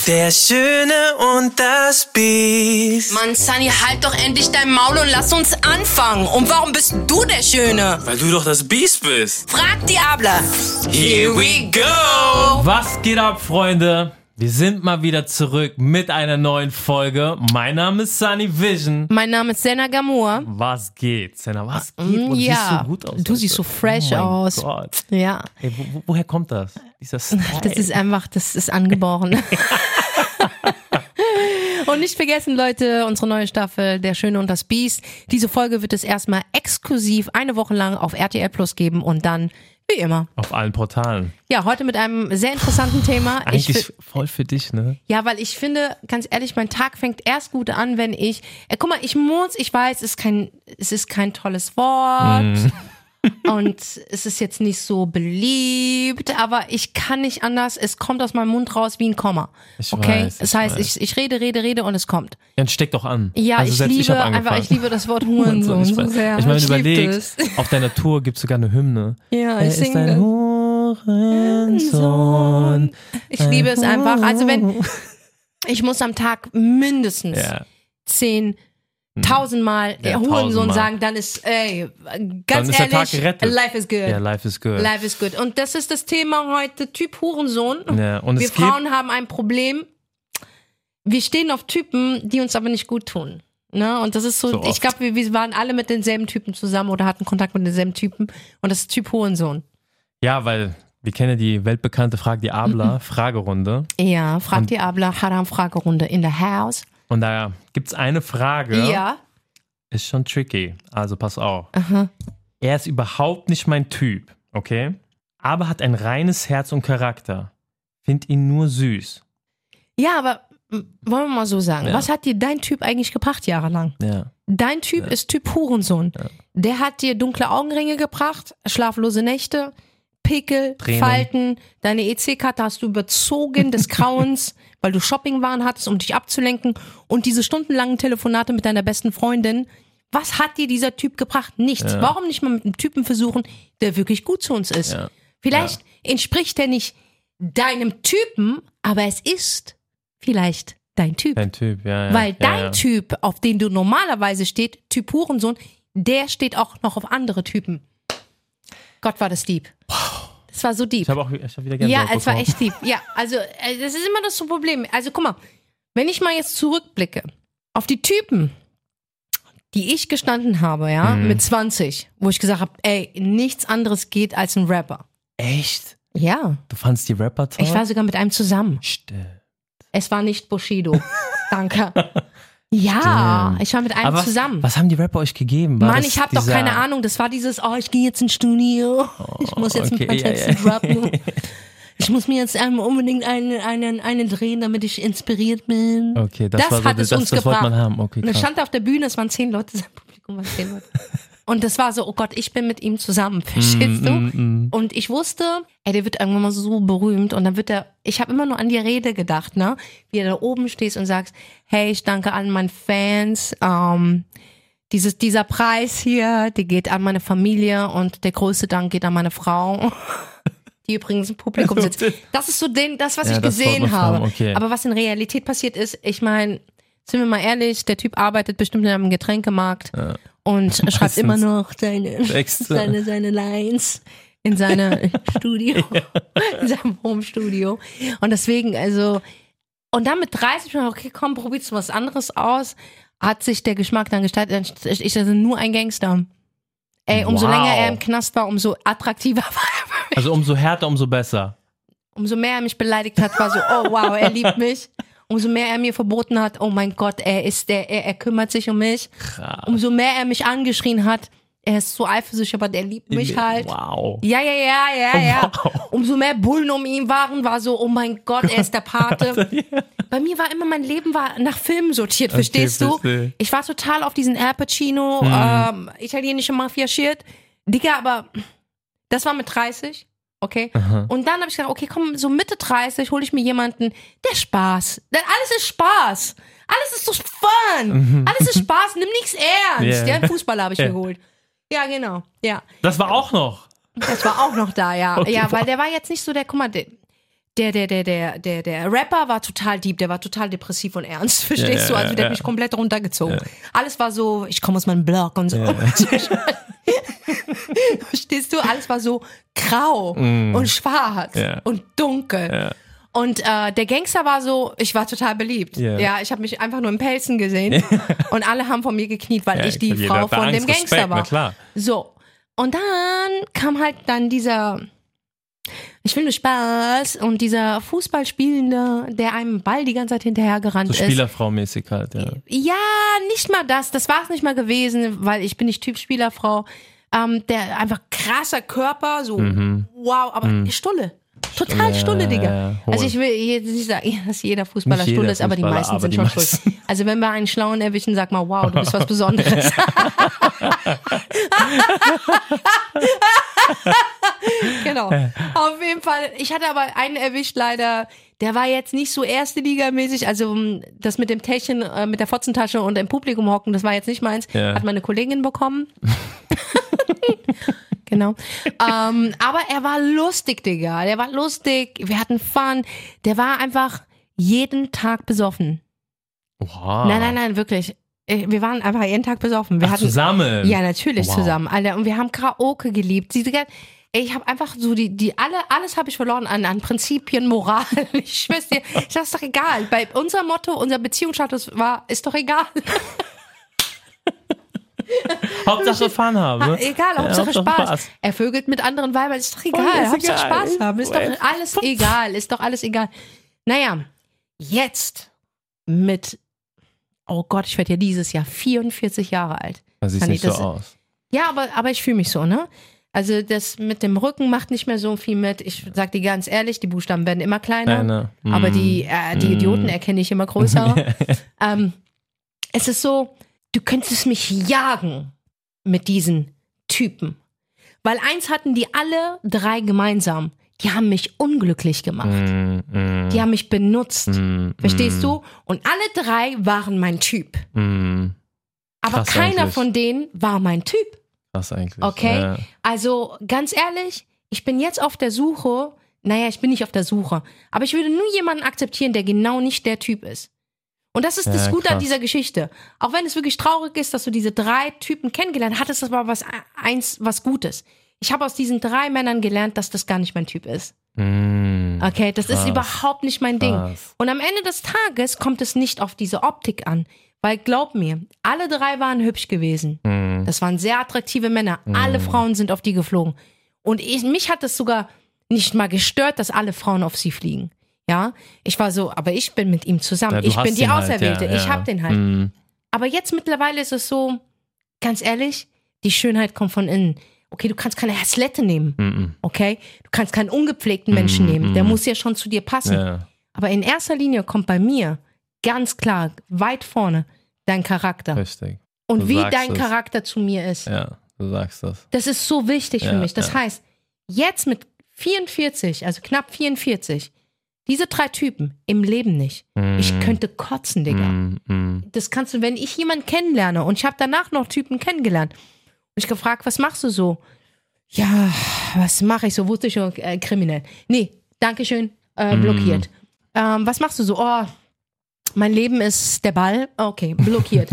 Der Schöne und das Biest. Mann, Sunny, halt doch endlich dein Maul und lass uns anfangen. Und warum bist du der Schöne? Weil du doch das Biest bist. Frag Diabla. Here we go. Was geht ab, Freunde? Wir sind mal wieder zurück mit einer neuen Folge. Mein Name ist Sunny Vision. Mein Name ist Senna Gamur. Was geht, Senna? Was geht? Du siehst so gut aus. Du siehst so fresh aus. Oh mein Gott. Ja. Hey, woher kommt das? Dieser Style? Das ist angeboren. Und nicht vergessen, Leute, unsere neue Staffel Der Schöne und das Biest. Diese Folge wird es erstmal exklusiv eine Woche lang auf RTL Plus geben und dann wie immer. Auf allen Portalen. Ja, heute mit einem sehr interessanten Thema. Eigentlich voll für dich, ne? Ja, weil ich finde, ganz ehrlich, mein Tag fängt erst gut an, wenn ich, guck mal, ich weiß, es ist kein tolles Wort und es ist jetzt nicht so beliebt, aber ich kann nicht anders, es kommt aus meinem Mund raus wie ein Komma. Okay? Das heißt, ich rede und es kommt. Ja, und steck doch an. Ja, also ich liebe das Wort Hurensohn so sehr. Ich meine, liebe überleg, es. auf deiner Tour gibt es sogar eine Hymne. Ja, Er ich ist singe ein das. Hurensohn. Ich liebe es einfach. Also ich muss am Tag mindestens 10.000 Mal Hurensohn sagen, dann ist, ganz ist der Tag ehrlich, gerettet. life is good. Ja, life is good. Life is good. Und das ist das Thema heute, Typ Hurensohn. Ja, und Wir es gibt, Frauen haben ein Problem. Wir stehen auf Typen, die uns aber nicht gut tun. Ne? Und das ist so So ich glaube, wir waren alle mit denselben Typen zusammen oder hatten Kontakt mit denselben Typen. Und das ist Typ Hurensohn. ja, weil wir kennen ja die weltbekannte Frag Diabla Fragerunde. Ja, fragt die Abla, Haram-Fragerunde in the house. Und da gibt's eine Frage, Ja. ist schon tricky. Also pass auf. Aha. Er ist überhaupt nicht mein Typ, okay? Aber hat ein reines Herz und Charakter. Find ihn nur süß. Ja, aber wollen wir mal so sagen, Ja. was hat dir dein Typ eigentlich gebracht jahrelang? Ja. Dein Typ ist Typ Hurensohn. Ja. Der hat dir dunkle Augenringe gebracht, schlaflose Nächte, Pickel, Tränen. Falten, deine EC-Karte hast du überzogen des Grauens, weil du Shoppingwaren hattest, um dich abzulenken und diese stundenlangen Telefonate mit deiner besten Freundin. Was hat dir dieser Typ gebracht? Nichts. Ja. Warum nicht mal mit einem Typen versuchen, der wirklich gut zu uns ist? Ja. Vielleicht entspricht er nicht deinem Typen, aber es ist vielleicht dein Typ. Dein Typ, ja. Weil ja, dein ja. Typ, auf den du normalerweise steht, Typ Hurensohn, der steht auch noch auf andere Typen. Gott, war das deep. Das war so deep. Ich hab wieder Gänsehaut Ja, es war bekommen. echt deep. Ja, also das ist immer das so Problem. Also guck mal, wenn ich mal jetzt zurückblicke auf die Typen, die ich gestanden habe, ja, mit 20, wo ich gesagt habe, ey, nichts anderes geht als ein Rapper. Echt? Ja, Du fandst die Rapper toll? ich war sogar mit einem zusammen. Stimmt. Es war nicht Bushido. Danke. Ja, Stimmt. ich war mit einem Aber zusammen. was haben die Rapper euch gegeben? War Mann, das ich habe doch dieser- keine Ahnung. Das war dieses, ich gehe jetzt ins Studio. Ich muss jetzt okay, ein paar ja, Texte droppen. Ich muss mir jetzt unbedingt einen drehen, damit ich inspiriert bin. Okay, Das war so, hat es uns das wollte gebracht. man haben. Okay, Und dann krass. stand er auf der Bühne, es waren 10 Leute, sein Publikum waren 10 Leute. Und das war so, oh Gott, ich bin mit ihm zusammen, verstehst du? Und ich wusste, der wird irgendwann mal so berühmt und dann ich habe immer nur an die Rede gedacht, ne? Wie er da oben stehst und sagst, hey, ich danke allen meinen Fans, dieser Preis hier, der geht an meine Familie und der größte Dank geht an meine Frau. Die übrigens im Publikum sitzt. Das ist so das, was Ja, ich das gesehen wollte man habe. haben, okay. Aber was in Realität passiert ist, ich meine, sind wir mal ehrlich, der Typ arbeitet bestimmt in einem Getränkemarkt und schreibt immer noch seine Lines in seinem Studio, in seinem Home-Studio. Und deswegen, und dann mit 30 Mal, okay, komm, probierst du was anderes aus, hat sich der Geschmack dann gestaltet, ich bin nur ein Gangster. Ey, umso Wow. länger er im Knast war, umso attraktiver war er für mich. Also umso härter, umso besser. Umso mehr er mich beleidigt hat, war so, oh wow, er liebt mich. Umso mehr er mir verboten hat, oh mein Gott, er kümmert sich um mich. Krass. Umso mehr er mich angeschrien hat, er ist so eifersüchtig, aber der liebt mich halt. Wow. Ja. Wow. Umso mehr Bullen um ihn waren, war so, oh mein Gott, er ist der Pate. Bei mir war immer, mein Leben war nach Filmen sortiert, verstehst du? verstehe. Ich war total auf diesen Al Pacino, italienische Mafia-Shit. Digga, aber das war mit 30, okay? Und dann habe ich gesagt, okay, komm, so Mitte 30 hole ich mir jemanden, der Spaß. Denn alles ist Spaß. Alles ist so fun. Alles ist Spaß, nimm nichts ernst. Yeah. Ja, einen Fußballer habe ich geholt. Ja, genau. Ja. Das war auch noch. Das war auch noch da, ja. Okay, Ja, weil wow. der war jetzt nicht so der, guck mal, Der Rapper war total deep, der war total depressiv und ernst, verstehst du? Also der hat mich komplett runtergezogen. Alles war so, ich komme aus meinem Blog und so. Verstehst du? Alles war so grau und schwarz und dunkel. Und der Gangster war so, ich war total beliebt. Ja, ich habe mich einfach nur im Pelzen gesehen und alle haben vor mir gekniet, weil ich die Frau von dem Gangster war. Na klar. So, und dann kam halt dann dieser, ich will nur Spaß, und dieser Fußballspielende, der einem Ball die ganze Zeit hinterhergerannt ist. So Spielerfrau-mäßig halt, ja. Ja, nicht mal das war es nicht mal gewesen, weil ich bin nicht Typ Spielerfrau. Der einfach krasser Körper, so wow, aber Stulle. Total Stulle, Digga. Also ich will jetzt nicht sagen, dass jeder Fußballer Stulle ist, aber die meisten sind schon Stulle. Also wenn wir einen Schlauen erwischen, sag mal, wow, du bist was Besonderes. Genau. Auf jeden Fall. Ich hatte aber einen erwischt leider, der war jetzt nicht so erste Liga-mäßig, also das mit dem Täschchen, mit der Fotzentasche und im Publikum hocken, das war jetzt nicht meins, hat meine Kollegin bekommen. Genau. Aber er war lustig, Digga. Der war lustig. Wir hatten Fun. Der war einfach jeden Tag besoffen. Wow. Nein, wirklich. Wir waren einfach jeden Tag besoffen. Wir hatten, zusammen? Ja, natürlich zusammen. Alter. Und wir haben Karaoke geliebt. Ich habe einfach so alles habe ich verloren an Prinzipien, Moral. Ich schwör's dir, das ist doch egal. Bei unser Motto, unser Beziehungsstatus ist doch egal. Hauptsache Fun haben. Ne? Egal, Hauptsache Spaß. Er vögelt mit anderen Weibern, ist doch egal. Hauptsache Spaß haben, ist doch alles egal. Ist doch alles egal. Naja, jetzt mit, oh Gott, ich werde ja dieses Jahr 44 Jahre alt. Das sieht nicht so aus. Ja, aber ich fühle mich so, ne? Also das mit dem Rücken macht nicht mehr so viel mit. Ich sag dir ganz ehrlich, die Buchstaben werden immer kleiner. Aber die Idioten erkenne ich immer größer. Es ist so, du könntest mich jagen mit diesen Typen. Weil eins hatten die alle drei gemeinsam. Die haben mich unglücklich gemacht. Die haben mich benutzt. Verstehst du? Und alle drei waren mein Typ. Aber Krass keiner eigentlich. von denen war mein Typ. Krass eigentlich. Okay? Ja. Also ganz ehrlich, ich bin jetzt auf der Suche. Naja, ich bin nicht auf der Suche. Aber ich würde nur jemanden akzeptieren, der genau nicht der Typ ist. Und das ist das Gute an dieser Geschichte. Auch wenn es wirklich traurig ist, dass du diese drei Typen kennengelernt hast, ist das aber was Gutes. Ich habe aus diesen drei Männern gelernt, dass das gar nicht mein Typ ist. Okay, das ist überhaupt nicht mein Ding. Und am Ende des Tages kommt es nicht auf diese Optik an. Weil glaub mir, alle drei waren hübsch gewesen. Das waren sehr attraktive Männer. Alle Frauen sind auf die geflogen. Und mich hat es sogar nicht mal gestört, dass alle Frauen auf sie fliegen. Ja, ich war so, aber ich bin mit ihm zusammen. Ja, ich bin die Auserwählte. Halt, ja. Ich hab den halt. Aber jetzt mittlerweile ist es so, ganz ehrlich, die Schönheit kommt von innen. Okay, du kannst keine Häslette nehmen. Okay, du kannst keinen ungepflegten Menschen nehmen. Der muss ja schon zu dir passen. Ja. Aber in erster Linie kommt bei mir ganz klar, weit vorne, dein Charakter. Richtig. Und Du wie sagst dein es. Charakter zu mir ist. Ja, du sagst das. Das ist so wichtig für mich. Das heißt, jetzt mit 44, also knapp 44, diese drei Typen im Leben nicht. Ich könnte kotzen, Digga. Das kannst du, wenn ich jemanden kennenlerne und ich habe danach noch Typen kennengelernt und ich gefragt, was machst du so? Ja, was mache ich so? Wusste ich schon, kriminell. Nee, Dankeschön, blockiert. Was machst du so? Oh, mein Leben ist der Ball. Okay, blockiert.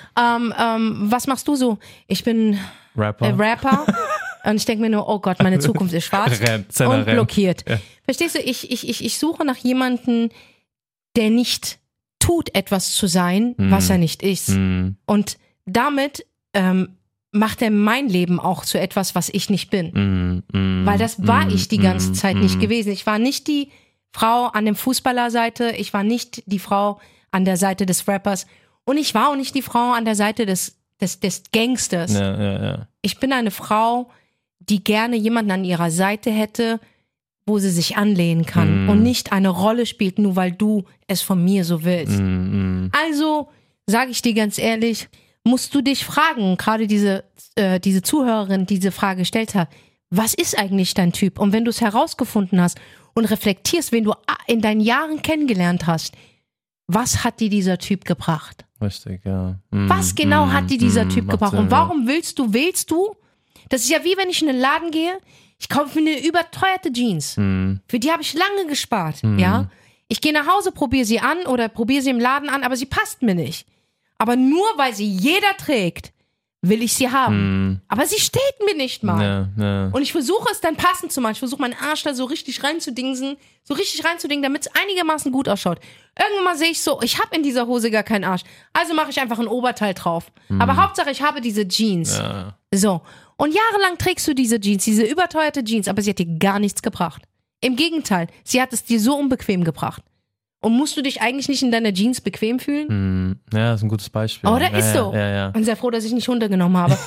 Was machst du so? Ich bin Rapper. Und ich denke mir nur, oh Gott, meine Zukunft ist schwarz und blockiert. Ja. Verstehst du, ich suche nach jemandem, der nicht tut, etwas zu sein, was er nicht ist. Und damit macht er mein Leben auch zu etwas, was ich nicht bin. Weil das war ich die ganze Zeit nicht gewesen. Ich war nicht die Frau an der Fußballerseite, ich war nicht die Frau an der Seite des Rappers und ich war auch nicht die Frau an der Seite des Gangsters. Ja. Ich bin eine Frau, die gerne jemanden an ihrer Seite hätte, wo sie sich anlehnen kann und nicht eine Rolle spielt, nur weil du es von mir so willst. Also, sage ich dir ganz ehrlich, musst du dich fragen, gerade diese Zuhörerin, die diese Frage gestellt hat, was ist eigentlich dein Typ? Und wenn du es herausgefunden hast und reflektierst, wen du in deinen Jahren kennengelernt hast, was hat dir dieser Typ gebracht? Richtig, ja. Was genau hat dir dieser Typ gebracht? Sinn, Und warum wählst du Das ist ja wie wenn ich in den Laden gehe, ich kaufe mir eine überteuerte Jeans. Für die habe ich lange gespart, ja. Ich gehe nach Hause, probiere sie an oder probiere sie im Laden an, aber sie passt mir nicht. Aber nur weil sie jeder trägt, will ich sie haben. Aber sie steht mir nicht mal. Ja. Und ich versuche es dann passend zu machen. Ich versuche meinen Arsch da so richtig reinzudingen, damit es einigermaßen gut ausschaut. Irgendwann mal sehe ich so, ich habe in dieser Hose gar keinen Arsch. Also mache ich einfach ein Oberteil drauf. Aber Hauptsache, ich habe diese Jeans. Ja. So. Und jahrelang trägst du diese Jeans, diese überteuerte Jeans, aber sie hat dir gar nichts gebracht. Im Gegenteil, sie hat es dir so unbequem gebracht. Und musst du dich eigentlich nicht in deiner Jeans bequem fühlen? Ja, das ist ein gutes Beispiel. Oder ist so? Ja. Ich bin sehr froh, dass ich nicht Hunde genommen habe.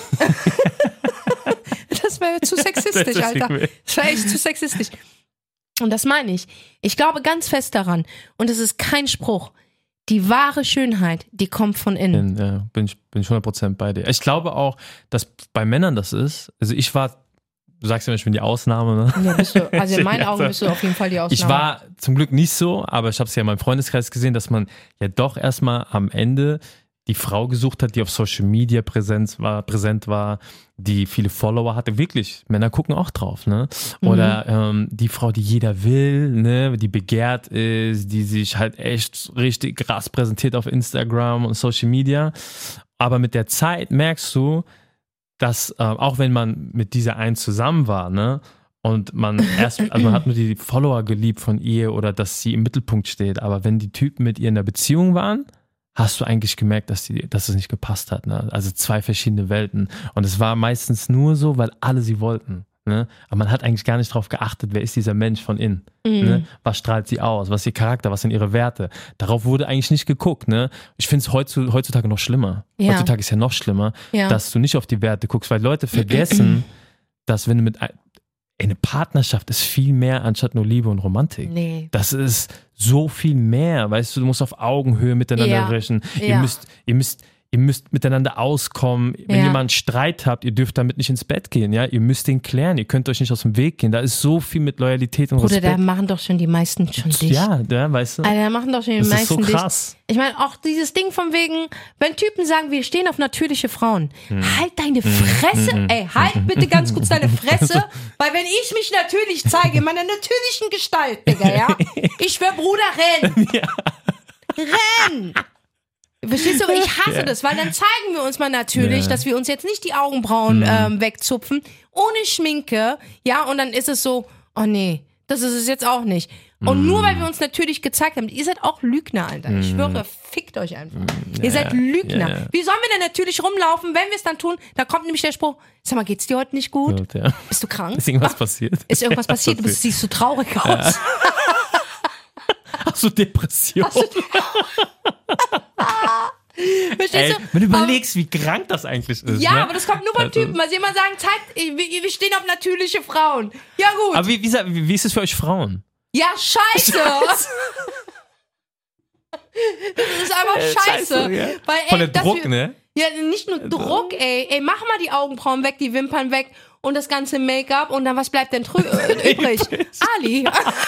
Das wäre zu sexistisch, Alter. Das wäre echt zu sexistisch. Und das meine ich. Ich glaube ganz fest daran. Und es ist kein Spruch. Die wahre Schönheit, die kommt von innen. Ja, bin ich 100% bei dir. Ich glaube auch, dass bei Männern das ist. Also ich war, du sagst ja, ich bin die Ausnahme, ne? Ja, bist du, also in meinen Augen bist du auf jeden Fall die Ausnahme. Ich war zum Glück nicht so, aber ich habe es ja in meinem Freundeskreis gesehen, dass man ja doch erstmal am Ende die Frau gesucht hat, die auf Social Media präsent war, die viele Follower hatte. Wirklich, Männer gucken auch drauf, ne? Oder die Frau, die jeder will, ne? Die begehrt ist, die sich halt echt richtig krass präsentiert auf Instagram und Social Media. Aber mit der Zeit merkst du, dass auch wenn man mit dieser einen zusammen war, ne? Und man man hat nur die Follower geliebt von ihr oder dass sie im Mittelpunkt steht. Aber wenn die Typen mit ihr in der Beziehung waren, hast du eigentlich gemerkt, dass es nicht gepasst hat. Ne? Also zwei verschiedene Welten. Und es war meistens nur so, weil alle sie wollten. Ne? Aber man hat eigentlich gar nicht darauf geachtet, wer ist dieser Mensch von innen. Ne? Was strahlt sie aus? Was ist ihr Charakter? Was sind ihre Werte? Darauf wurde eigentlich nicht geguckt. Ne? Ich finde es heutzutage noch schlimmer. Ja. Heutzutage ist ja noch schlimmer, dass du nicht auf die Werte guckst, weil Leute vergessen, dass wenn du eine Partnerschaft ist viel mehr anstatt nur Liebe und Romantik. Nee. Das ist so viel mehr, weißt du musst auf Augenhöhe miteinander rechnen. Ja. Ihr müsst miteinander auskommen. Wenn ihr mal einen Streit habt, ihr dürft damit nicht ins Bett gehen, ja. Ihr müsst den klären, ihr könnt euch nicht aus dem Weg gehen. Da ist so viel mit Loyalität und Respekt. Oder da machen doch schon die meisten schon dicht. Ja, weißt du. Alter, da machen doch schon die meisten das ist so krass. dicht. Ich meine, auch dieses Ding von wegen, wenn Typen sagen, wir stehen auf natürliche Frauen, halt deine Fresse, ey, halt bitte ganz kurz deine Fresse, weil wenn ich mich natürlich zeige, in meiner natürlichen Gestalt, Digga, ja, ich schwör, Bruder, renn! Renn! Verstehst du? Ich hasse das, weil dann zeigen wir uns mal natürlich, dass wir uns jetzt nicht die Augenbrauen wegzupfen, ohne Schminke, ja, und dann ist es so, oh nee, das ist es jetzt auch nicht. Und nur weil wir uns natürlich gezeigt haben, ihr seid auch Lügner, Alter. Ich schwöre, fickt euch einfach. Ihr seid Lügner. Wie sollen wir denn natürlich rumlaufen, wenn wir es dann tun? Da kommt nämlich der Spruch, sag mal, geht's dir heute nicht gut? Bist du krank? Ist irgendwas passiert? Ist irgendwas passiert? Siehst du traurig aus? Hast du Depression? Verstehst du? Wenn du überlegst, wie krank das eigentlich ist. Ja, ne? aber das kommt nur beim Typen, weil sie immer sagen, wir stehen auf natürliche Frauen. Ja gut. Aber wie ist es für euch Frauen? Ja, scheiße. Das ist einfach scheiße. Ja. Weil, Von der Druck, ne? Ja, nicht nur Druck, ey. Ey, mach mal die Augenbrauen weg, die Wimpern weg und das ganze Make-up und dann was bleibt denn übrig? Ali.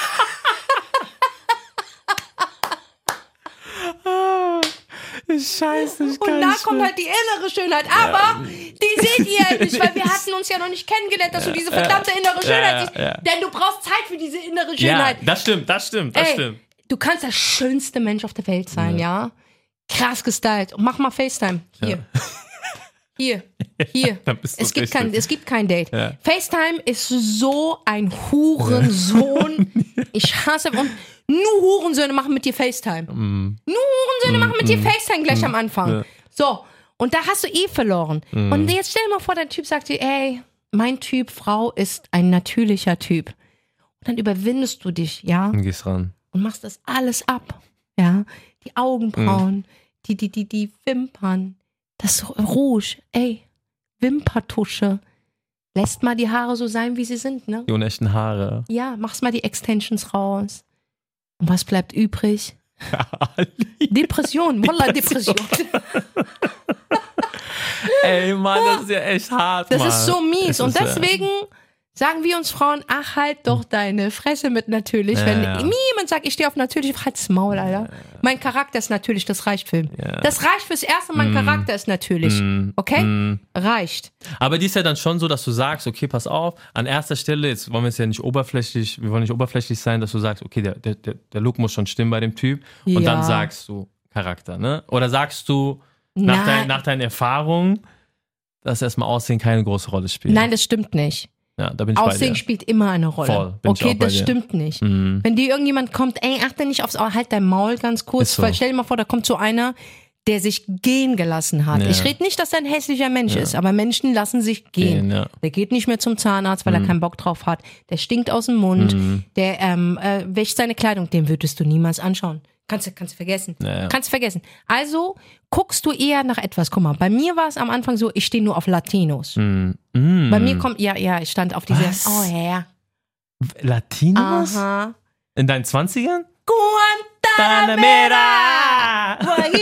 Scheiße, ich und da kommt halt die innere Schönheit. Aber die seht ihr halt nicht, weil wir hatten uns ja noch nicht kennengelernt, dass du diese verdammte innere Schönheit siehst. Denn du brauchst Zeit für diese innere Schönheit. Ja, das stimmt. Du kannst der schönste Mensch auf der Welt sein, ja? Krass gestylt. Mach mal FaceTime. Hier. Es gibt kein Date. Ja. FaceTime ist so ein Hurensohn. Ich hasse und nur Hurensöhne machen mit dir FaceTime. Nur Hurensöhne machen mit dir FaceTime gleich am Anfang. Ja. So, und da hast du verloren. Und jetzt stell dir mal vor, der Typ sagt dir, ey, mein Typ Frau ist ein natürlicher Typ. Und dann überwindest du dich, ja? Und gehst ran. Und machst das alles ab. Ja, die Augenbrauen, die Wimpern, das Rouge, ey, Wimpertusche. Lässt mal die Haare so sein, wie sie sind, ne? Die unechten Haare. Ja, machst mal die Extensions raus. Und was bleibt übrig? Depression, Wallah, Depression. Ey, Mann, das ist ja echt hart, Das Mann. ist so mies. Und deswegen Sagen wir uns Frauen, ach, halt doch deine Fresse mit natürlich. Wenn niemand sagt, ich stehe auf natürlich, halt's Maul, Alter. Mein Charakter ist natürlich, das reicht für ihn. Ja. Das reicht fürs Erste, mein Charakter ist natürlich. Okay? Reicht. Aber die ist ja dann schon so, dass du sagst, okay, pass auf, an erster Stelle, jetzt wollen wir es ja nicht oberflächlich, wir wollen nicht oberflächlich sein, dass du sagst, okay, der Look muss schon stimmen bei dem Typ. Und dann sagst du Charakter, ne? Oder sagst du nach deinen Erfahrungen, dass erstmal Aussehen keine große Rolle spielt? Nein, das stimmt nicht. Ja, da bin ich Aussehen bei dir. spielt immer eine Rolle. Voll, okay, das stimmt nicht. Wenn dir irgendjemand kommt, ey, achte nicht aufs Auge, halt dein Maul ganz kurz, weil stell dir mal vor, da kommt so einer, der sich gehen gelassen hat. Ja. Ich rede nicht, dass er ein hässlicher Mensch ist, aber Menschen lassen sich gehen. Der geht nicht mehr zum Zahnarzt, weil er keinen Bock drauf hat. Der stinkt aus dem Mund, der wäscht seine Kleidung, den würdest du niemals anschauen. Kannst du vergessen. Kannst du vergessen. Also guckst du eher nach etwas. Guck mal, bei mir war es am Anfang so, ich stehe nur auf Latinos. Bei mir kommt, ich stand auf diese, Latinos? Aha. In deinen 20ern? Guantanamera!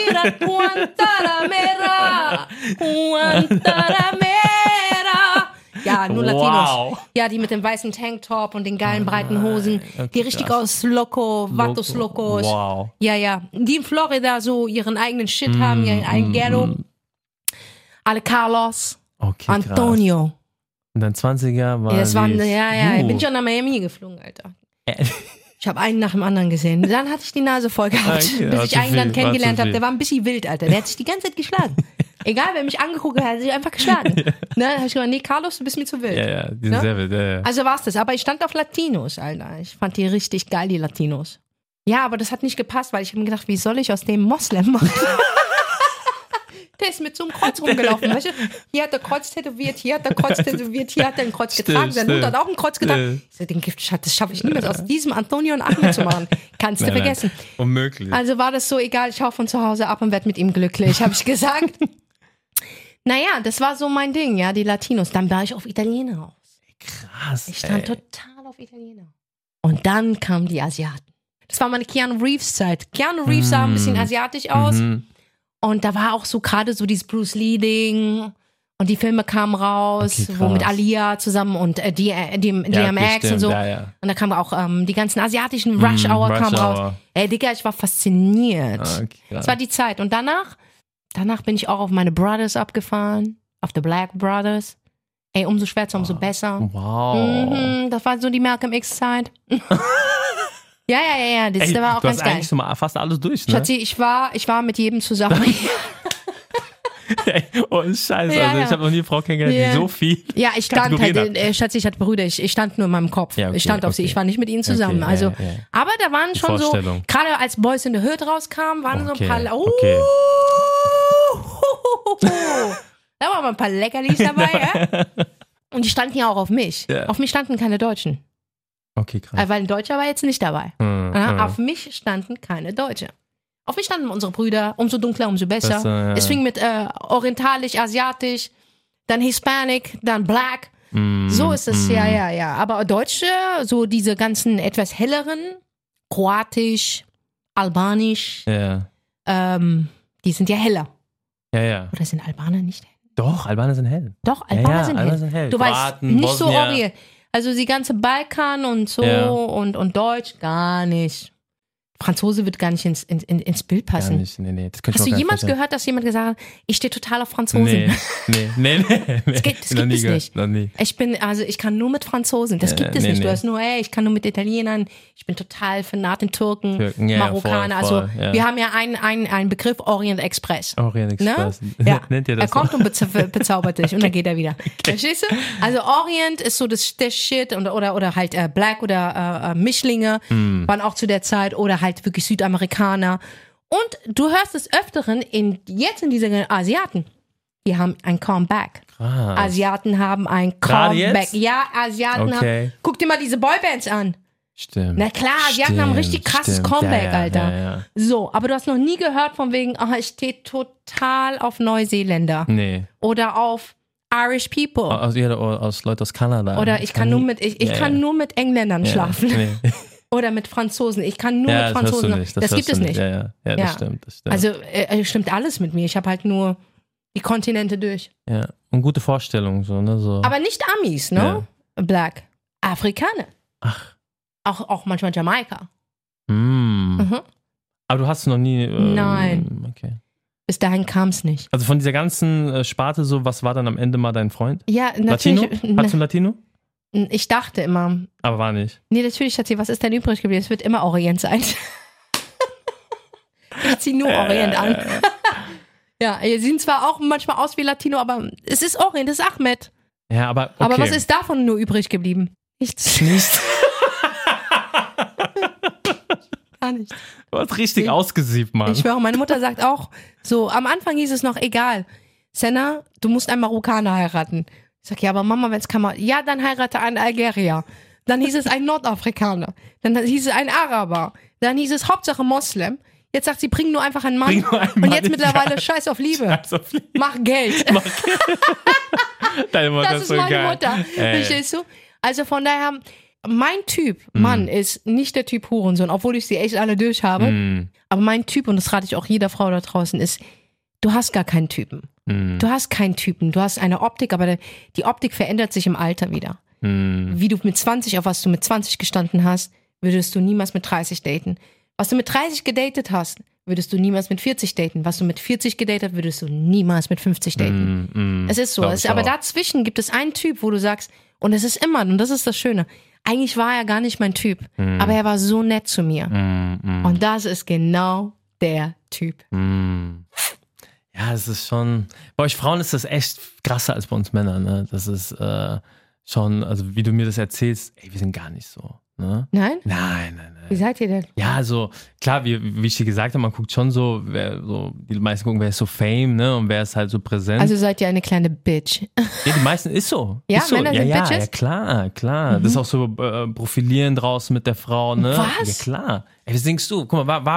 Guantanamera! Ja, nur Latinos. Wow. Ja, die mit dem weißen Tanktop und den geilen breiten Hosen. Die richtig aus Vatos Locos. Wow. Ja. Die in Florida so ihren eigenen Shit haben, ihren eigenen Ghetto. Alle Carlos. Okay, Antonio. Krass. In deinen 20er war das waren, ich bin schon nach Miami geflogen, Alter. Ich habe einen nach dem anderen gesehen. Dann hatte ich die Nase voll gehabt, bis ich einen dann kennengelernt habe. Der war ein bisschen wild, Alter. Der hat sich die ganze Zeit geschlagen. Egal, wer mich angeguckt hat, hat sich einfach geschlagen. Ne? Da habe ich gesagt, nee, Carlos, du bist mir zu wild. Ja, die sind sehr wild. Ja. Also war's das. Aber ich stand auf Latinos, Alter. Ich fand die richtig geil, die Latinos. Ja, aber das hat nicht gepasst, weil ich habe mir gedacht, wie soll ich aus dem Moslem machen? Der ist mit so einem Kreuz rumgelaufen, weißt du? Hier hat er Kreuz tätowiert, hier hat er Kreuz tätowiert, hier hat er ein Kreuz getragen, sein Hund hat auch ein Kreuz getragen. Ich so, den Gift, das schaffe ich niemals, aus diesem Antonio und Ahmed zu machen. Kannst du vergessen. Unmöglich. Also war das so, egal, ich hau von zu Hause ab und werd mit ihm glücklich, habe ich gesagt. Naja, das war so mein Ding, ja, die Latinos. Dann war ich auf Italiener aus. Krass. Ich stand total auf Italiener. Und dann kamen die Asiaten. Das war meine Keanu Reeves Zeit. Keanu Reeves sah ein bisschen asiatisch aus. Und da war auch so gerade so dieses Bruce Lee-Ding. Und die Filme kamen raus, wo mit Alia zusammen und DMX und so. Ja. Und da kamen auch die ganzen asiatischen Rush Hour kamen raus. Ey, Digga, ich war fasziniert. Das war die Zeit. Und danach bin ich auch auf meine Brothers abgefahren. Auf The Black Brothers. Ey, umso schwärzer, umso besser. Wow. Das war so die Malcolm X-Zeit. Ja. Das war auch ganz geil. Du hast eigentlich so mal fast alles durch, ne? Schatzi, ich war mit jedem zusammen. Ey, oh, Scheiße. Ja, also ich habe noch nie eine Frau kennengelernt, die so viel. Ja, ich stand halt, Schatzi, ich hatte Brüder, ich stand nur in meinem Kopf. Ja, okay, ich stand auf sie, ich war nicht mit ihnen zusammen. Also, aber da waren schon so, gerade als Boys in the Hood rauskamen, waren so ein paar, da waren ein paar Leckerlis dabei, ja? Und die standen ja auch auf mich. Ja. Auf mich standen keine Deutschen. Okay, krass. Weil ein Deutscher war jetzt nicht dabei. Auf mich standen keine Deutsche. Auf mich standen unsere Brüder, umso dunkler, umso besser. Es fing mit orientalisch, asiatisch, dann Hispanic, dann Black. So ist es, ja. Aber Deutsche, so diese ganzen etwas helleren, kroatisch, albanisch, die sind ja heller. Ja. Oder sind Albaner nicht hell? Doch, Albaner sind hell. Doch, Albaner sind hell. Du Kroaten, weißt, nicht Bosnien. so Orient. Also die ganze Balkan und so und Deutsch gar nicht. Franzose wird gar nicht ins Bild passen. Gar nicht, nee. Das Hast du jemals gehört, dass jemand gesagt hat, ich stehe total auf Franzosen? Nee. Das gibt es nicht. Noch nie. Ich kann nur mit Franzosen. Das gibt es nicht. Du hast nur, ich kann nur mit Italienern. Ich bin total fanat in Türken, Marokkaner. Voll, wir haben ja einen Begriff, Orient Express. Orient Express. Ne? Ja. Nennt ihr das er kommt und bezaubert dich und dann geht er wieder. Verstehst du? Also Orient ist so der Shit oder halt Black oder Mischlinge waren auch zu der Zeit oder halt wirklich Südamerikaner. Und du hörst es öfteren jetzt in dieser Asiaten. Die haben ein Comeback. Krass. Asiaten haben ein Comeback. Ja, Asiaten haben. Guck dir mal diese Boybands an. Stimmt. Na klar, Asiaten haben ein richtig krasses Comeback, Alter. Ja. So, aber du hast noch nie gehört von wegen, ich stehe total auf Neuseeländer. Nee. Oder auf Irish People. Aus Leuten aus Kanada. Oder ich kann nur mit Engländern schlafen. Nee. Oder mit Franzosen. Ich kann nur mit Franzosen. Das gibt es nicht. Ja, das stimmt. Also stimmt alles mit mir. Ich habe halt nur die Kontinente durch. Ja, und gute Vorstellungen. So, ne? So. Aber nicht Amis, ne? Black. Afrikaner. Ach. Auch manchmal Jamaika. Aber du hast noch nie... Nein. Okay. Bis dahin kam es nicht. Also von dieser ganzen Sparte so, was war dann am Ende mal dein Freund? Ja, natürlich. Latino? Hattest du einen Latino? Ich dachte immer. Aber war nicht. Nee, natürlich, Schatzi, was ist denn übrig geblieben? Es wird immer Orient sein. Ich ziehe nur Orient an. Ja, sie sehen zwar auch manchmal aus wie Latino, aber es ist Orient, es ist Ahmed. Ja, aber okay. Aber was ist davon nur übrig geblieben? Nichts. Gar nicht. Du hast richtig ausgesiebt, Mann. Ich schwöre, meine Mutter sagt auch, so, am Anfang hieß es noch, egal, Senna, du musst einen Marokkaner heiraten. Ich sag, ja, aber Mama, wenn es kann man, ja, dann heirate einen Algerier. Dann hieß es ein Nordafrikaner. Dann hieß es ein Araber. Dann hieß es Hauptsache Moslem. Jetzt sagt sie, bring nur einfach einen Mann. Und jetzt mittlerweile Scheiß auf Liebe. Scheiß auf Liebe. Mach Geld. Deine Mutter Das ist so meine geil. Mutter. Verstehst du? Also von daher, mein Typ, Mann, ist nicht der Typ Hurensohn, obwohl ich sie echt alle durch habe. Aber mein Typ, und das rate ich auch jeder Frau da draußen, ist, du hast gar keinen Typen. Du hast keinen Typen. Du hast eine Optik, aber die Optik verändert sich im Alter wieder. Wie du mit 20, auf was du mit 20 gestanden hast, würdest du niemals mit 30 daten. Was du mit 30 gedatet hast, würdest du niemals mit 40 daten. Was du mit 40 gedatet, würdest du niemals mit 50 daten. Es ist so. Aber dazwischen gibt es einen Typ, wo du sagst, und es ist immer, und das ist das Schöne, eigentlich war er gar nicht mein Typ, aber er war so nett zu mir. Und das ist genau der Typ. Ja, es ist schon, bei euch Frauen ist das echt krasser als bei uns Männern, ne? Das ist schon, also wie du mir das erzählst, ey, wir sind gar nicht so. Ne? Nein? Nein. Wie seid ihr denn? Ja, also klar, wie ich dir gesagt habe, man guckt schon so, die meisten gucken, wer ist so Fame, ne, und wer ist halt so präsent. Also seid ihr eine kleine Bitch. Ja, die meisten ist so. Ja, ist so. Männer sind Bitches? Ja, klar. Das ist auch so Profilieren draußen mit der Frau, ne? Was? Ja, klar. Ey, was denkst du? Guck mal,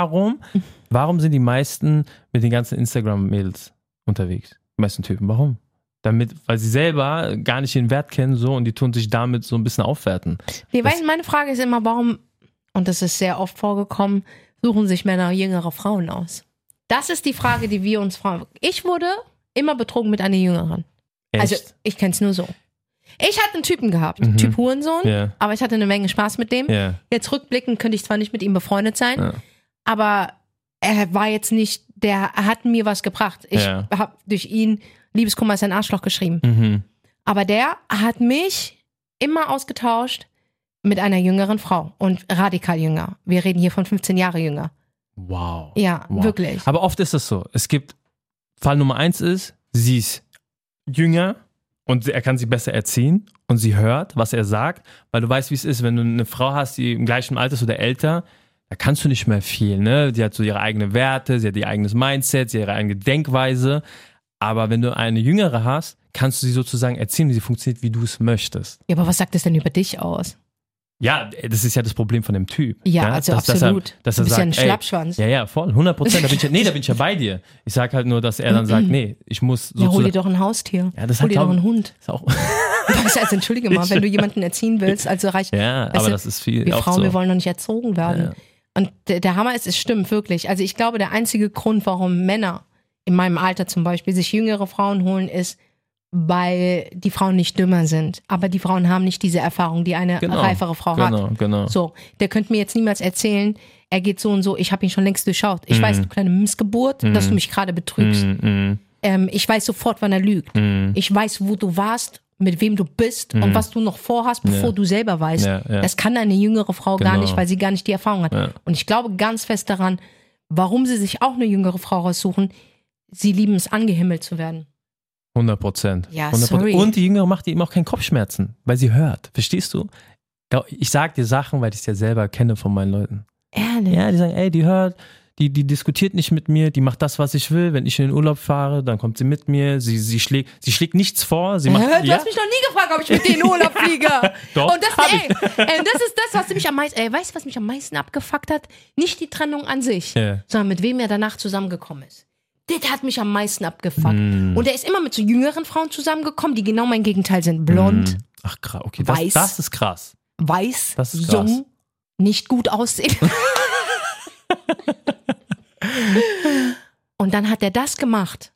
warum sind die meisten mit den ganzen Instagram-Mädels unterwegs? Die meisten Typen, warum? Weil sie selber gar nicht den Wert kennen so und die tun sich damit so ein bisschen aufwerten. Nee, weil meine Frage ist immer, warum, und das ist sehr oft vorgekommen, suchen sich Männer jüngere Frauen aus? Das ist die Frage, die wir uns fragen. Ich wurde immer betrogen mit einer Jüngeren. Echt? Also ich kenn's nur so. Ich hatte einen Typen gehabt, Typ Hurensohn, aber ich hatte eine Menge Spaß mit dem. Jetzt rückblickend könnte ich zwar nicht mit ihm befreundet sein, aber er war jetzt nicht, er hat mir was gebracht. Ich habe durch ihn Liebeskummer ist ein Arschloch geschrieben. Aber der hat mich immer ausgetauscht mit einer jüngeren Frau und radikal jünger. Wir reden hier von 15 Jahre jünger. Wow. Ja, wirklich. Aber oft ist das so. Es gibt, Fall Nummer 1 ist, sie ist jünger und er kann sie besser erziehen und sie hört, was er sagt, weil du weißt, wie es ist, wenn du eine Frau hast, die im gleichen Alter ist oder älter, da kannst du nicht mehr viel, ne? Die hat so ihre eigenen Werte, sie hat ihr eigenes Mindset, sie hat ihre eigene Denkweise. Aber wenn du eine jüngere hast, kannst du sie sozusagen erziehen, wie sie funktioniert, wie du es möchtest. Ja, aber was sagt das denn über dich aus? Ja, das ist ja das Problem von dem Typ. Ja, also absolut. Dass du er bist sagt, ja ein Schlappschwanz. Ja, voll, 100%. Da bin ich ja bei dir. Ich sag halt nur, dass er dann sagt, nee, ich muss sozusagen... Ja, hol dir doch ein Haustier. Ja, das hol dir doch einen Hund. Ist auch also entschuldige mal, wenn du jemanden erziehen willst, also reicht... Ja, aber das ist viel wir oft Frauen, so. wir wollen doch nicht erzogen werden. Ja. Und der Hammer ist, es stimmt wirklich. Also ich glaube, der einzige Grund, warum Männer in meinem Alter zum Beispiel sich jüngere Frauen holen, ist, weil die Frauen nicht dümmer sind. Aber die Frauen haben nicht diese Erfahrung, die eine reifere Frau hat. Genau. So, der könnte mir jetzt niemals erzählen, er geht so und so, ich habe ihn schon längst durchschaut. Ich weiß, du kleine Missgeburt, dass du mich gerade betrügst. Ich weiß sofort, wann er lügt. Ich weiß, wo du warst, mit wem du bist und was du noch vorhast, bevor du selber weißt. Das kann eine jüngere Frau gar nicht, weil sie gar nicht die Erfahrung hat. Und ich glaube ganz fest daran, warum sie sich auch eine jüngere Frau raussuchen, sie lieben es, angehimmelt zu werden. 100%. Ja, 100%. sorry. Und die Jüngere macht ihm auch keinen Kopfschmerzen, weil sie hört. Verstehst du? Ich sag dir Sachen, weil ich es ja selber kenne von meinen Leuten. Ehrlich? Ja, die sagen, ey, die hört, die diskutiert nicht mit mir, die macht das, was ich will. Wenn ich in den Urlaub fahre, dann kommt sie mit mir. Sie schlägt nichts vor. Sie macht, du hast mich noch nie gefragt, ob ich mit dir in den Urlaub fliege. Doch, und das, das ist das, was mich am meisten, weißt du, was mich am meisten abgefuckt hat? Nicht die Trennung an sich, sondern mit wem er danach zusammengekommen ist. Das hat mich am meisten abgefuckt. Und er ist immer mit so jüngeren Frauen zusammengekommen, die genau mein Gegenteil sind. Blond. Ach krass, okay, weiß, das ist krass. Weiß, das ist krass. jung, nicht gut aussehen. Und dann hat er das gemacht,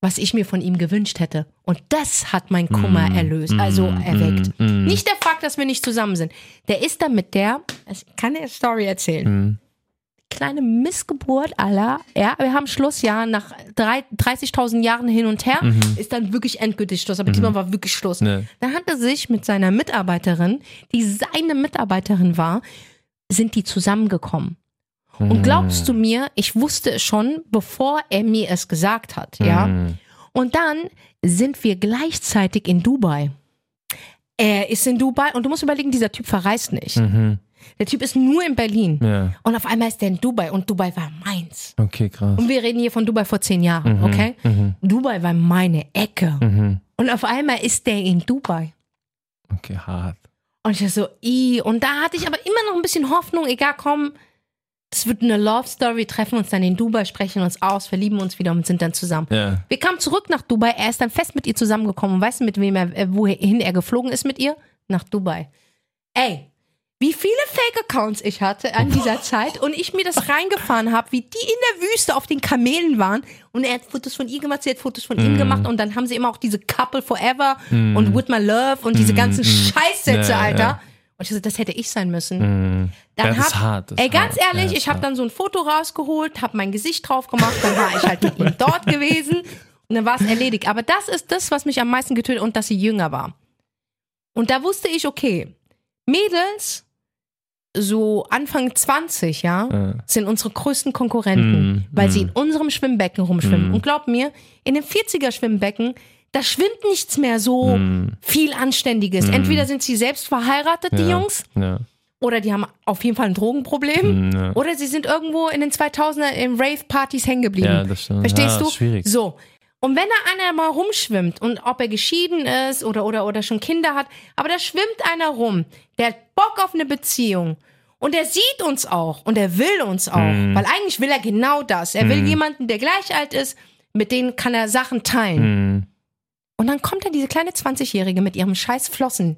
was ich mir von ihm gewünscht hätte. Und das hat mein Kummer erweckt. Nicht der Fakt, dass wir nicht zusammen sind. Der ist dann mit ich kann dir eine Story erzählen. Kleine Missgeburt aller, ja, wir haben Schluss, ja, nach 30.000 Jahren hin und her, ist dann wirklich endgültig Schluss, aber diesmal war wirklich Schluss. Nee. Dann hat er sich mit seiner Mitarbeiterin, die seine Mitarbeiterin war, sind die zusammengekommen. Und glaubst du mir, ich wusste es schon, bevor er mir es gesagt hat, ja. Und dann sind wir gleichzeitig in Dubai. Er ist in Dubai und du musst überlegen, dieser Typ verreist nicht. Der Typ ist nur in Berlin. Ja. Und auf einmal ist der in Dubai und Dubai war meins. Okay, krass. Und wir reden hier von Dubai vor 10 Jahren, okay? Dubai war meine Ecke. Und auf einmal ist der in Dubai. Okay, hart. Und ich war so, und da hatte ich aber immer noch ein bisschen Hoffnung, egal, komm, das wird eine Love Story, treffen uns dann in Dubai, sprechen uns aus, verlieben uns wieder und sind dann zusammen. Ja. Wir kamen zurück nach Dubai, er ist dann fest mit ihr zusammengekommen. Und weißt du, mit wem wohin er geflogen ist mit ihr? Nach Dubai. Ey, wie viele Fake-Accounts ich hatte an dieser Zeit und ich mir das reingefahren habe, wie die in der Wüste auf den Kamelen waren und er hat Fotos von ihr gemacht, sie hat Fotos von ihm gemacht und dann haben sie immer auch diese Couple Forever und With My Love und diese ganzen Scheißsätze, Alter. Ja. Und ich so, das hätte ich sein müssen. Das ist hart. Ganz ehrlich, ich habe dann so ein Foto rausgeholt, habe mein Gesicht drauf gemacht, dann war ich halt mit ihm dort gewesen und dann war es erledigt. Aber das ist das, was mich am meisten getötet hat und dass sie jünger war. Und da wusste ich, okay, Mädels so Anfang 20, sind unsere größten Konkurrenten, weil sie in unserem Schwimmbecken rumschwimmen. Und glaub mir, in dem 40er Schwimmbecken, da schwimmt nichts mehr so viel Anständiges. Entweder sind sie selbst verheiratet, die Jungs, oder die haben auf jeden Fall ein Drogenproblem, oder sie sind irgendwo in den 2000er in Rave-Partys hängen geblieben. Ja, das stimmt. Verstehst du? Schwierig. So. Und wenn da einer mal rumschwimmt und ob er geschieden ist oder schon Kinder hat, aber da schwimmt einer rum, der hat Bock auf eine Beziehung und der sieht uns auch und er will uns auch, weil eigentlich will er genau das. Er will jemanden, der gleich alt ist, mit denen kann er Sachen teilen. Und dann kommt da diese kleine 20-Jährige mit ihrem scheiß Flossen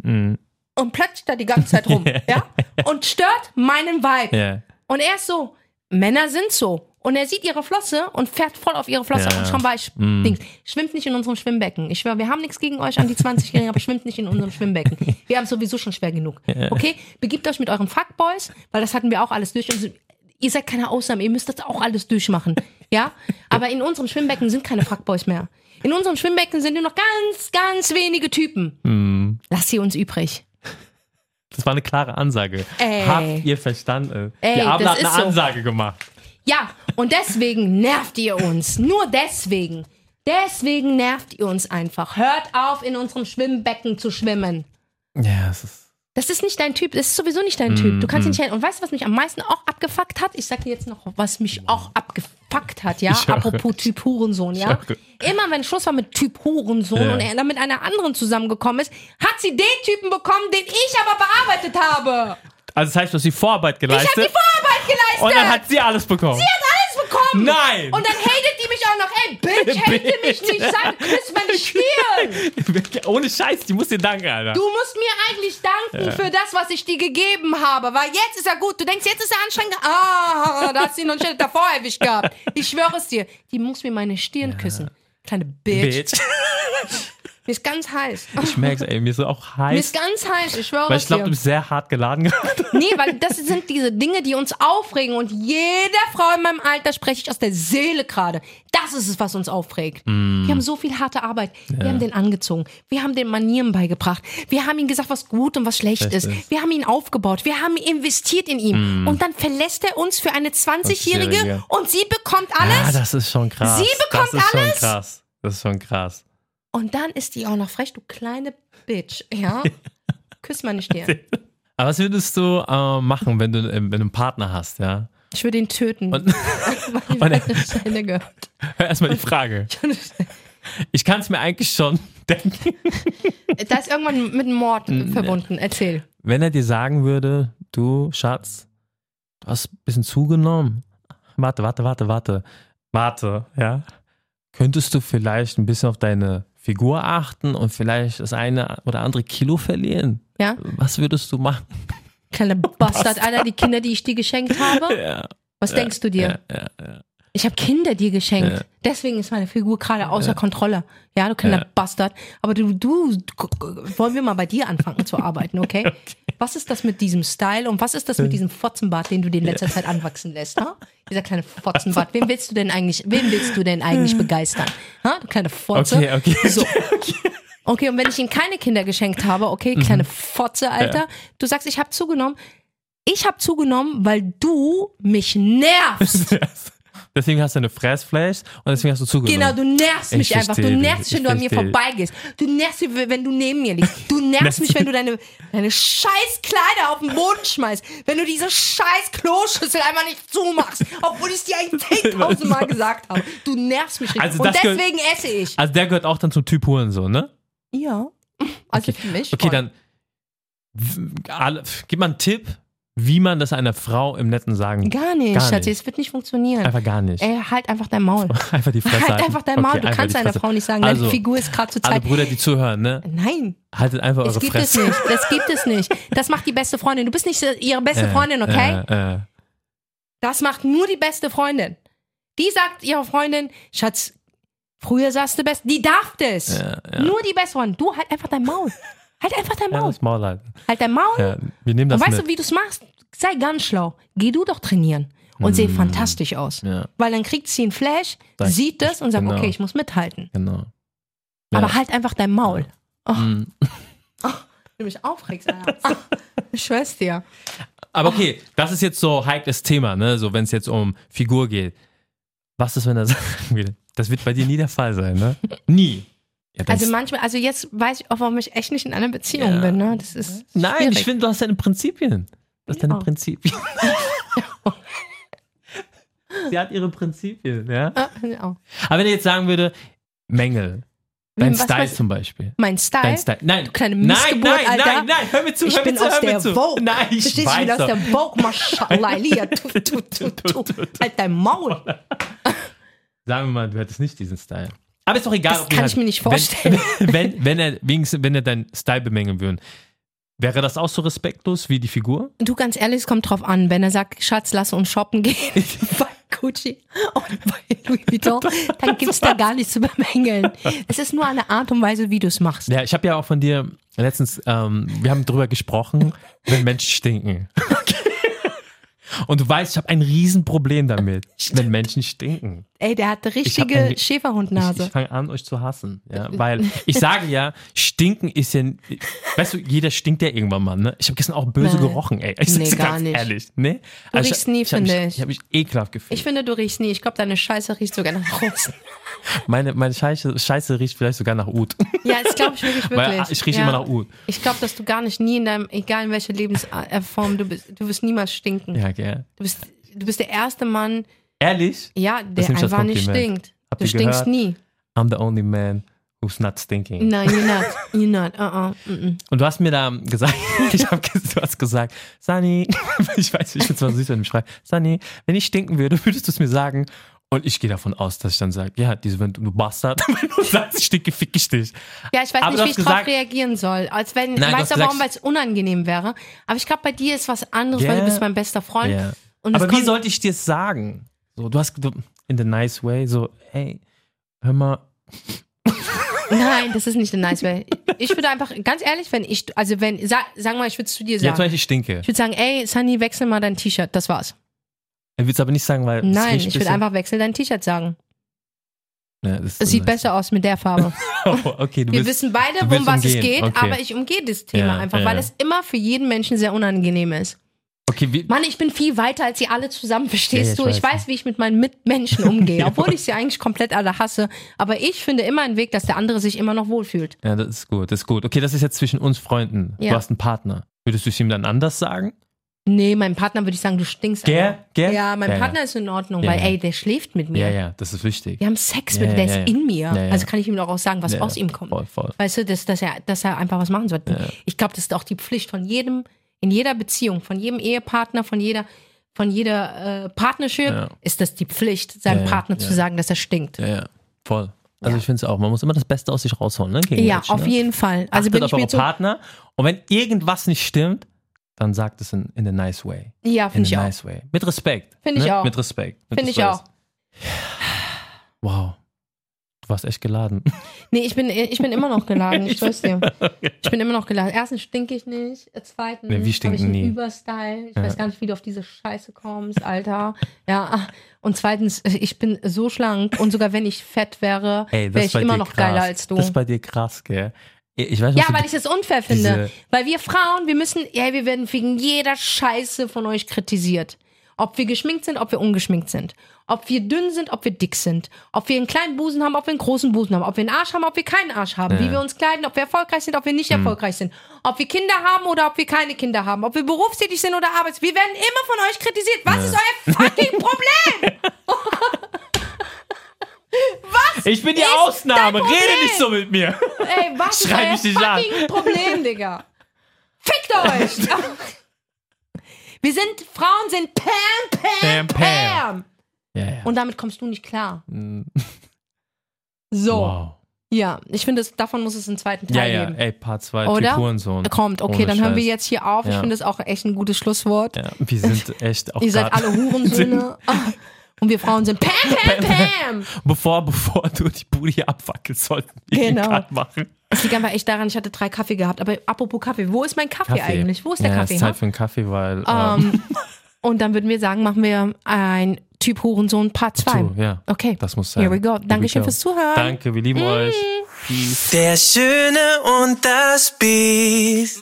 und plötzlich da die ganze Zeit rum, ja, und stört meinen Vibe. Yeah. Und er ist so, Männer sind so. Und er sieht ihre Flosse und fährt voll auf ihre Flosse. Und schon war ich, schwimmt nicht in unserem Schwimmbecken. Ich schwöre, wir haben nichts gegen euch an die 20-Jährigen, aber schwimmt nicht in unserem Schwimmbecken. Wir haben es sowieso schon schwer genug. Okay? Begibt euch mit euren Fuckboys, weil das hatten wir auch alles durch. Und ihr seid keine Ausnahme, ihr müsst das auch alles durchmachen. Ja? Aber in unserem Schwimmbecken sind keine Fuckboys mehr. In unserem Schwimmbecken sind nur noch ganz, ganz wenige Typen. Lasst sie uns übrig. Das war eine klare Ansage. Habt ihr verstanden? Die Abla hat eine Ansage gemacht. Ja, und deswegen nervt ihr uns. Nur deswegen. Deswegen nervt ihr uns einfach. Hört auf, in unserem Schwimmbecken zu schwimmen. Ja, das ist nicht dein Typ. Das ist sowieso nicht dein Typ. Du kannst ihn nicht. Und weißt du, was mich am meisten auch abgefuckt hat? Ich sag dir jetzt noch, was mich auch abgefuckt hat, ja? Apropos Typ Hurensohn, ja? Immer wenn Schluss war mit Typ Hurensohn und er dann mit einer anderen zusammengekommen ist, hat sie den Typen bekommen, den ich aber bearbeitet habe. Also das heißt, du hast die Vorarbeit geleistet? Ich habe die Vorarbeit geleistet! Und dann hat sie alles bekommen? Sie hat alles bekommen! Nein! Und dann hatet die mich auch noch. Ey, Bitch, hate mich nicht, sag, küss meine Stirn! Ohne Scheiß, die muss dir danken, Alter. Du musst mir eigentlich danken für das, was ich dir gegeben habe, weil jetzt ist er gut. Du denkst, jetzt ist er anstrengend. Da hast du ihn noch nicht davor erwischt gehabt. Ich schwöre es dir, die muss mir meine Stirn küssen. Kleine Bitch. Mir ist ganz heiß. Ich merk's, ey, mir ist auch heiß. Mir ist ganz heiß, ich schwöre es dir. Weil ich glaube, du bist sehr hart geladen gerade. Nee, weil das sind diese Dinge, die uns aufregen. Und jeder Frau in meinem Alter spreche ich aus der Seele gerade. Das ist es, was uns aufregt. Wir haben so viel harte Arbeit. Wir haben den angezogen. Wir haben den Manieren beigebracht. Wir haben ihm gesagt, was gut und was schlecht ist. Wir haben ihn aufgebaut. Wir haben investiert in ihn. Und dann verlässt er uns für eine 20-Jährige und sie bekommt alles. Ja, das ist schon krass. Sie bekommt alles. Das ist schon krass. Und dann ist die auch noch frech, du kleine Bitch, ja? Küss meine Stirn. Aber was würdest du machen, wenn du einen Partner hast, ja? Ich würde ihn töten. Hör erstmal die Frage. Ich kann es mir eigentlich schon denken. Da ist irgendwann mit einem Mord verbunden. Erzähl. Wenn er dir sagen würde, du Schatz, du hast ein bisschen zugenommen. Warte, ja? Könntest du vielleicht ein bisschen auf deine Figur achten und vielleicht das eine oder andere Kilo verlieren? Ja. Was würdest du machen? Kleiner Bastard, Alter, die Kinder, die ich dir geschenkt habe? Ja. Was denkst du dir? Ja. Ich habe Kinder dir geschenkt. Ja. Deswegen ist meine Figur gerade außer Kontrolle. Ja, du kleiner Bastard. Aber du, wollen wir mal bei dir anfangen zu arbeiten, okay? Was ist das mit diesem Style und was ist das mit diesem Fotzenbart, den du dir in letzter Zeit anwachsen lässt, ha? Dieser kleine Fotzenbart. Wen willst du denn eigentlich begeistern? Ha? Du kleine Fotze. Okay. So. Okay, und wenn ich ihm keine Kinder geschenkt habe, okay, kleine Fotze, Alter, du sagst, ich habe zugenommen. Ich habe zugenommen, weil du mich nervst. Deswegen hast du eine Fressflash und deswegen hast du zugenommen. Genau, du nervst mich einfach. Du nervst mich, wenn du an mir vorbeigehst. Du nervst mich, wenn du neben mir liegst. Du nervst mich, wenn du deine scheiß Kleider auf den Boden schmeißt. Wenn du diese scheiß Kloschüssel einfach nicht zumachst. Obwohl ich es dir eigentlich 10.000 Mal gesagt habe. Du nervst mich richtig. Also und deswegen esse ich. Also der gehört auch dann zum Typ Hurensohn, ne? Ja. Also für mich. Okay, voll. dann gib mal einen Tipp, wie man das einer Frau im Netten sagen kann. Gar nicht, Schatzi, es wird nicht funktionieren. Einfach gar nicht. Halt einfach dein Maul. Einfach die Fresse. Halt einfach dein Maul. Okay, du kannst einer Frau nicht sagen, also, deine Figur ist gerade zur alle Zeit. Brüder, die zuhören, ne? Nein. Haltet einfach eure Das gibt Fresse. es nicht. Das gibt es nicht. Das macht die beste Freundin. Du bist nicht ihre beste Freundin, okay? Das macht nur die beste Freundin. Die sagt ihrer Freundin, Schatz, früher saßt du best. Die darf das. Nur die beste Freundin. Du halt einfach dein Maul. Halt einfach dein Ja, Maul. das Maul halt. Halt dein Maul. Ja, wir nehmen das Und weißt mit. du, wie du es machst? Sei ganz schlau. Geh du doch trainieren. Und seh fantastisch aus. Ja. Weil dann kriegt sie einen Flash, sieht das und sagt, genau. okay, ich muss mithalten. Genau. Aber halt einfach dein Maul. Oh, Mhm. du mich aufregst, Alter. Ich schwör's dir. Aber okay, das ist jetzt so heikles Thema, ne? So, wenn es jetzt um Figur geht. Was ist, wenn er sagen will? Das wird bei dir nie der Fall sein, ne? Nie. Ja, Also manchmal, also jetzt weiß ich auch, warum ich echt nicht in einer Beziehung bin, ne? Das ist Nein, schwierig. ich finde, du hast deine Prinzipien. Du hast deine Prinzipien. Sie hat ihre Prinzipien, ja? Ja. Aber wenn er jetzt sagen würde, Mängel, dein Was- Style was- zum Beispiel. Mein Style? Dein Style. Nein, Du kleine nein, Missgeburt, nein, Alter. nein, hör mir zu, Ich hör mir bin zu, aus hör mir der zu. Vogue. Nein, ich Verstehst du, ich weiß bin aus doch. der Vogue, Mashallah, Lia. Halt dein Maul. Sagen wir mal, du hättest nicht diesen Style. Aber ist doch egal. Das ob wir kann ich mir nicht vorstellen. Wenn er deinen Style bemängeln würden, wäre das auch so respektlos wie die Figur? Du, ganz ehrlich, es kommt drauf an. Wenn er sagt, Schatz, lass uns shoppen gehen bei Gucci und bei Louis Vuitton, dann gibt's da gar nichts zu bemängeln. Es ist nur eine Art und Weise, wie du es machst. Ja, ich habe ja auch von dir letztens, wir haben drüber gesprochen, wenn Menschen stinken. Und du weißt, ich habe ein Riesenproblem damit, wenn Menschen stinken. Ey, der hat eine Ich hab richtige Schäferhundnase. Ich fange an, euch zu hassen. Ja, weil ich sage ja, stinken ist ja, weißt du, jeder stinkt ja irgendwann mal. Ne? Ich habe gestern auch böse Nein. gerochen, ey. Ich Nee, sag's gar ganz nicht. ehrlich. Nee? Du riechst nie, finde ich. Ich habe mich ekelhaft gefühlt. Ich finde, du riechst nie. Ich glaube, deine Scheiße riecht sogar nach Rosen. Meine Scheiße riecht vielleicht sogar nach Ud. Ja, das glaube ich wirklich. Weil ich rieche ja. immer nach Ud. Ich glaube, dass du gar nicht nie in deinem, egal in welcher Lebensform du bist, du wirst niemals stinken. Ja, gell. Du bist der erste Mann, Ehrlich? ja, Das der ist nicht das einfach nicht Kompliment. stinkt. Habt Du ihr stinkst gehört? nie. I'm the only man who's not stinking. Nein, you're not. Und du hast mir da gesagt, du hast gesagt, Sunny, ich weiß, ich finde es mal süß, wenn du mich fragst, Sunny, wenn ich stinken würde, würdest du es mir sagen? Und ich gehe davon aus, dass ich dann sage, ja, wenn du Bastard, wenn du sagst, ich stinke, fick ich dich. Ja, ich weiß Aber nicht, du wie hast ich drauf gesagt- reagieren soll. Als wenn, Nein, du weißt hast du warum, weil gesagt- es unangenehm wäre. Aber ich glaube, bei dir ist was anderes, weil Ja. du bist mein bester Freund. Ja. Und Aber es wie kommt- sollte ich dir es sagen? So, in the nice way, so, hey, hör mal. Nein, das ist nicht ein nice way. Ich würde einfach, ganz ehrlich, sagen wir mal, ich würde es zu dir Ja, zum sagen. Beispiel, ich stinke. Ich würde sagen, ey, Sunny, wechsel mal dein T-Shirt. Das war's. Er will es aber nicht sagen, weil. es Nein, riecht ich ein würde bisschen- einfach wechsel dein T-Shirt sagen. Ja, das ist Es sieht nice. besser aus mit der Farbe. Oh, okay, Wir wissen beide, du um willst was es umgehen. geht, Okay. aber ich umgehe das Thema Ja, einfach, ja. weil es immer für jeden Menschen sehr unangenehm ist. Okay, Mann, ich bin viel weiter als ihr alle zusammen, verstehst Ja, du? ich Ich weiß. weiß, wie ich mit meinen Mitmenschen umgehe, obwohl ich sie eigentlich komplett alle hasse. Aber ich finde immer einen Weg, dass der andere sich immer noch wohlfühlt. Ja, das ist gut, das ist gut. Okay, das ist jetzt zwischen uns Freunden. Ja. Du hast einen Partner. Würdest du es ihm dann anders sagen? Nee, meinem Partner würde ich sagen, du stinkst. Alter. Gell? Ja, mein Ja, Partner ja. ist in Ordnung, Ja, weil ja. ey, der schläft mit mir. Ja, ja, das ist wichtig. Wir haben Sex Ja, mit, der ja, ist ja. in mir. Ja, ja. Also kann ich ihm doch auch sagen, was Ja, aus ihm kommt. Voll, voll. Weißt du, dass er einfach was machen sollte. Ich glaube, das ist auch die Pflicht von jedem, in jeder Beziehung, von jedem Ehepartner, von jeder Partnership, Ja. ist das die Pflicht, seinem Ja, ja, Partner ja. zu sagen, dass er stinkt. Ja, ja, voll. Also Ja. ich finde es auch, man muss immer das Beste aus sich rausholen, ne? Gegen Ja, Menschen, auf ne? jeden Fall. Also Achtet bin auf ich mir eure so. Partner und wenn irgendwas nicht stimmt, dann sagt es in a nice way. Ja, In finde ich a auch. nice way. Mit Respekt. Finde ich ne? auch. Mit Respekt. Finde ich auch. Wow. Du warst echt geladen. Nee, ich bin immer noch geladen, ich schwör's dir. Ich bin immer noch geladen. Erstens stinke ich nicht, zweitens Nee, wie habe ich stinken einen nie? Überstyle. Ich weiß gar nicht, wie du auf diese Scheiße kommst, Alter. Ja, und zweitens, ich bin so schlank und sogar wenn ich fett wäre, wäre ich immer noch geiler als du. Das ist bei dir krass, gell? Ich weiß, Ja, weil ich es unfair finde. diese- Weil wir Frauen, wir werden wegen jeder Scheiße von euch kritisiert. Ob wir geschminkt sind, ob wir ungeschminkt sind. Ob wir dünn sind, ob wir dick sind. Ob wir einen kleinen Busen haben, ob wir einen großen Busen haben. Ob wir einen Arsch haben, ob wir keinen Arsch haben. Wie wir uns kleiden, ob wir erfolgreich sind, ob wir nicht erfolgreich sind. Ob wir Kinder haben oder ob wir keine Kinder haben. Ob wir berufstätig sind oder arbeits. Wir werden immer von euch kritisiert. Was ist euer fucking Problem? Ich bin die ist Ausnahme. dein Problem? Rede nicht so mit mir. Ey, was Schrei ist mich euer nicht fucking Problem, Digga? Fickt euch! Frauen sind Pam. Ja. Und damit kommst du nicht klar. Mm, So. Wow. Ja, ich finde, davon muss es einen zweiten Ja, Teil ja. geben. Ey, Part 2, Oder? Typ Hurensohn. Kommt, okay, Ohne dann hören wir Scheiß. jetzt hier auf. Ich Ja. finde das auch echt ein gutes Schlusswort. Ja, wir sind echt auch Ihr seid grad- alle Hurensöhne. Und wir Frauen sind Pam. Bevor du die Bude abwackelst, sollten wir Genau. den Cut machen. Es liegt einfach echt daran, ich hatte 3 Kaffee gehabt. Aber apropos Kaffee, wo ist mein Kaffee eigentlich? Wo ist der ja, Kaffee? Es ist Zeit für einen Kaffee, weil Und dann würden wir sagen, machen wir ein Typ Hurensohn Part 2. ja, Okay. das muss sein. Here we go. Dankeschön fürs Zuhören. Danke, wir lieben euch. Peace. Der Schöne und das Biest.